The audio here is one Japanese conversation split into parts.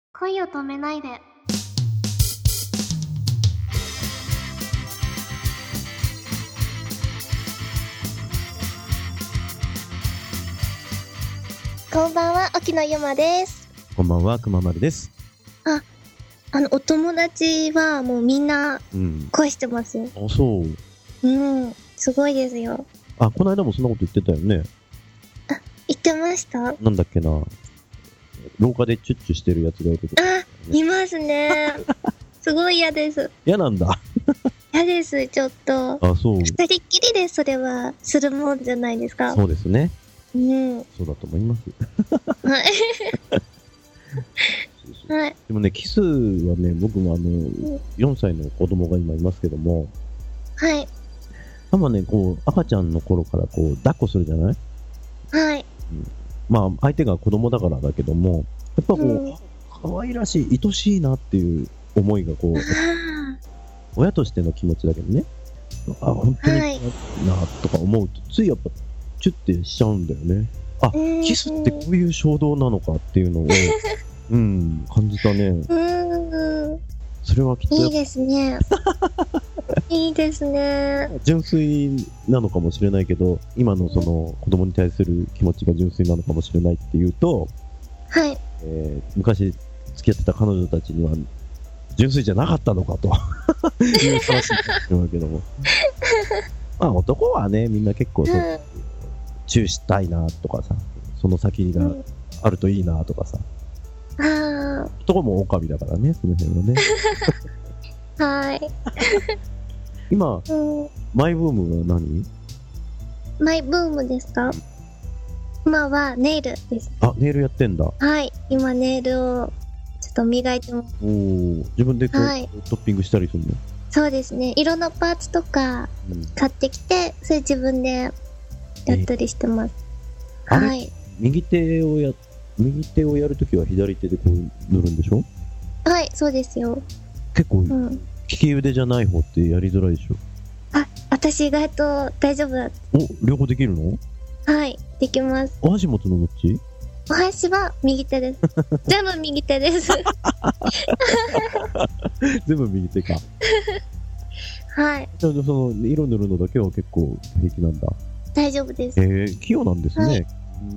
恋を止めないで。 こんばんは、沖野ゆまです。 こんばんは、くままるです。 お友達はもうみんな恋してますよ。 あ、そう。 すごいですよ。 あ、この間もそんなこと言ってたよね。 言ってました？ なんだっけな。廊下でチュッチュしてるやつがいるとか、 ね。いますね。すごい嫌です。 嫌なんだ。 嫌です、ちょっと。 あ、そう。 二人っきりでそれはするもんじゃないですか。 そうですね。 そうだと思います。 はい。はい。 でもね、キスはね、僕も4歳の子供が今いますけども、 はい。 こう、赤ちゃんの頃からこう、抱っこするじゃない？ はい。 相手が子供だからだけども、やっぱこう、可愛らしい、愛しいなっていう思いがこう、親としての気持ちだけどね、本当に可愛いなとか思うと、ついやっぱ、チュッてしちゃうんだよね。キスってこういう衝動なのかっていうのを、感じたね。それはきっといいですね。いいですね。 純粋なのかもしれないけど、今のその子供に対する気持ちが純粋なのかもしれないっていうと、 はい。 昔付き合ってた彼女たちには純粋じゃなかったのかという話になってるわけども。男はね、みんな結構チューしたいなとかさ、その先があるといいなとかさ。男も狼だからね、その辺はね。 はい。 今、マイブームは何？ マイブームですか？今はネイルです。 ネイルやってんだ。 はい。今ネイルをちょっと磨いてます。 自分でこう、トッピングしたりするの？そうですね。色のパーツとか買ってきて、それ自分でやったりしてます。はい。 右手をやるときは左手でこう塗るんでしょ？ はい、そうですよ。 結構、利き腕じゃない方ってやりづらいでしょ？ 私意外と大丈夫だ。 両方できるの？ はい、できます。 お箸持つのどっち？ お箸は右手です。全部右手です。 全部右手か。 はい。 じゃあその色塗るのだけは結構平気なんだ。 大丈夫です。 器用なんですね。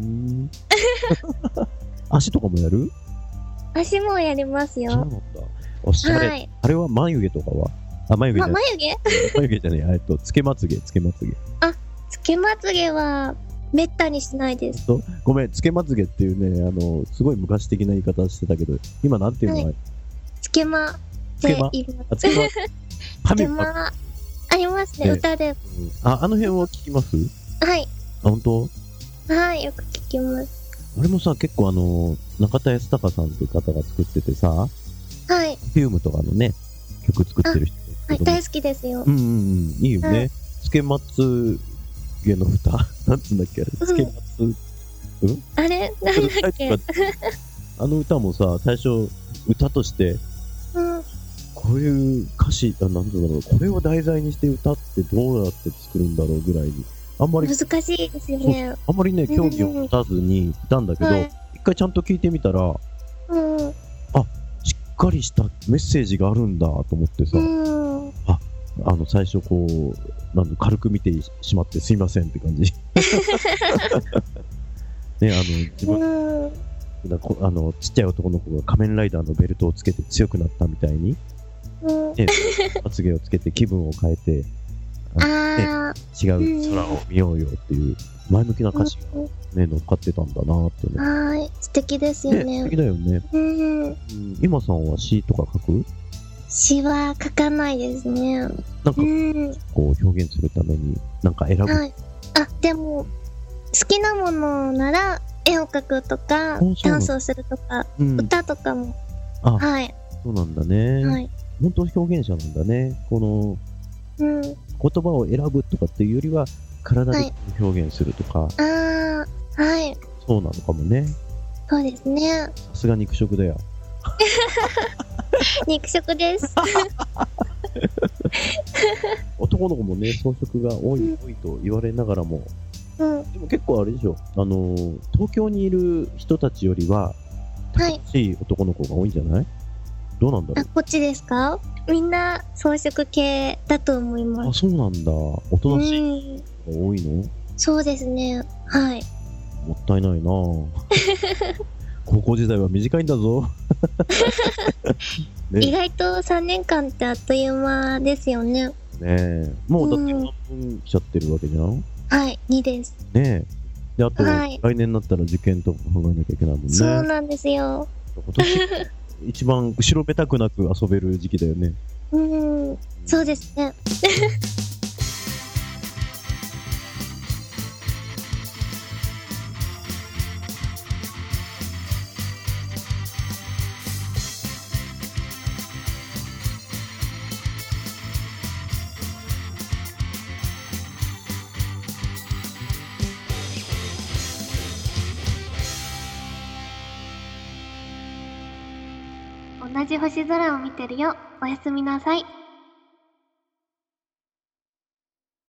足とかもやる？ 足もやりますよ。 そうなんだ。おしゃれ。はい、あれは眉毛とかは？眉毛じゃない。眉毛じゃない。つけまつげ。つけまつげはめったにしないです。 ごめん、つけまつげっていうね、すごい昔的な言い方してたけど、今なんていうの？ つけまって言います。つけまありますね、歌で。 あの辺を聞きます？ はい。 本当？ はい、よく聞きます。 あれもさ、結構中田康隆さんっていう方が作っててさ、 はい。 フィウムとかのね、曲作ってる人。 はい、大好きですよ。 いいよね。つけまつげの歌なんつうんだっけあれ。つけまつ、 あれなんだっけあの歌もさ、最初、歌として、こういう歌詞、なんていうんだろう、これを題材にして歌ってどうやって作るんだろうぐらいに。あんまり難しいですよね。 あんまりね、興味を持たずにいたんだけど、一回ちゃんと聞いてみたら、しっかりしたメッセージがあるんだと思ってさ、最初こう、軽く見てしまってすいませんって感じ。ね、自分、ちっちゃい男の子が仮面ライダーのベルトをつけて強くなったみたいに、まつげをつけて気分を変えて、違う空を見ようよっていう前向きな歌詞がね、乗っかってたんだなってね。 はい、素敵ですよね。 素敵だよね。今さんは詩とか書く？ 詩は書かないですね。 なんか、こう表現するために、なんか選ぶ？ でも、好きなものなら、絵を描くとか、ダンスをするとか、歌とかも。はい。 そうなんだね。 はい。 本当表現者なんだね。この、言葉を選ぶとかっていうよりは、体で表現するとか。 はい。 そうなのかもね。 そうですね。 さすが肉食だよ。 肉食です。 男の子もね、装飾が多いと言われながらも、でも結構あれでしょ、東京にいる人たちよりは、 たくましい男の子が多いんじゃない？どうなんだろう。 こっちですか？みんな草食系だと思います。 そうなんだ。おとなしいが多いの？ そうですね。はい。 もったいないな高校時代は短いんだぞね、意外と3年間ってあっという間ですよね。ねえ。もうだって半分来ちゃってるわけじゃん。 はい、2です。 ねえ。で、あと、来年になったら受験とか考えなきゃいけないもんね。 そうなんですよ。 今年一番後ろめたくなく遊べる時期だよね。 そうですね。同じ星空を見てるよ。おやすみなさい。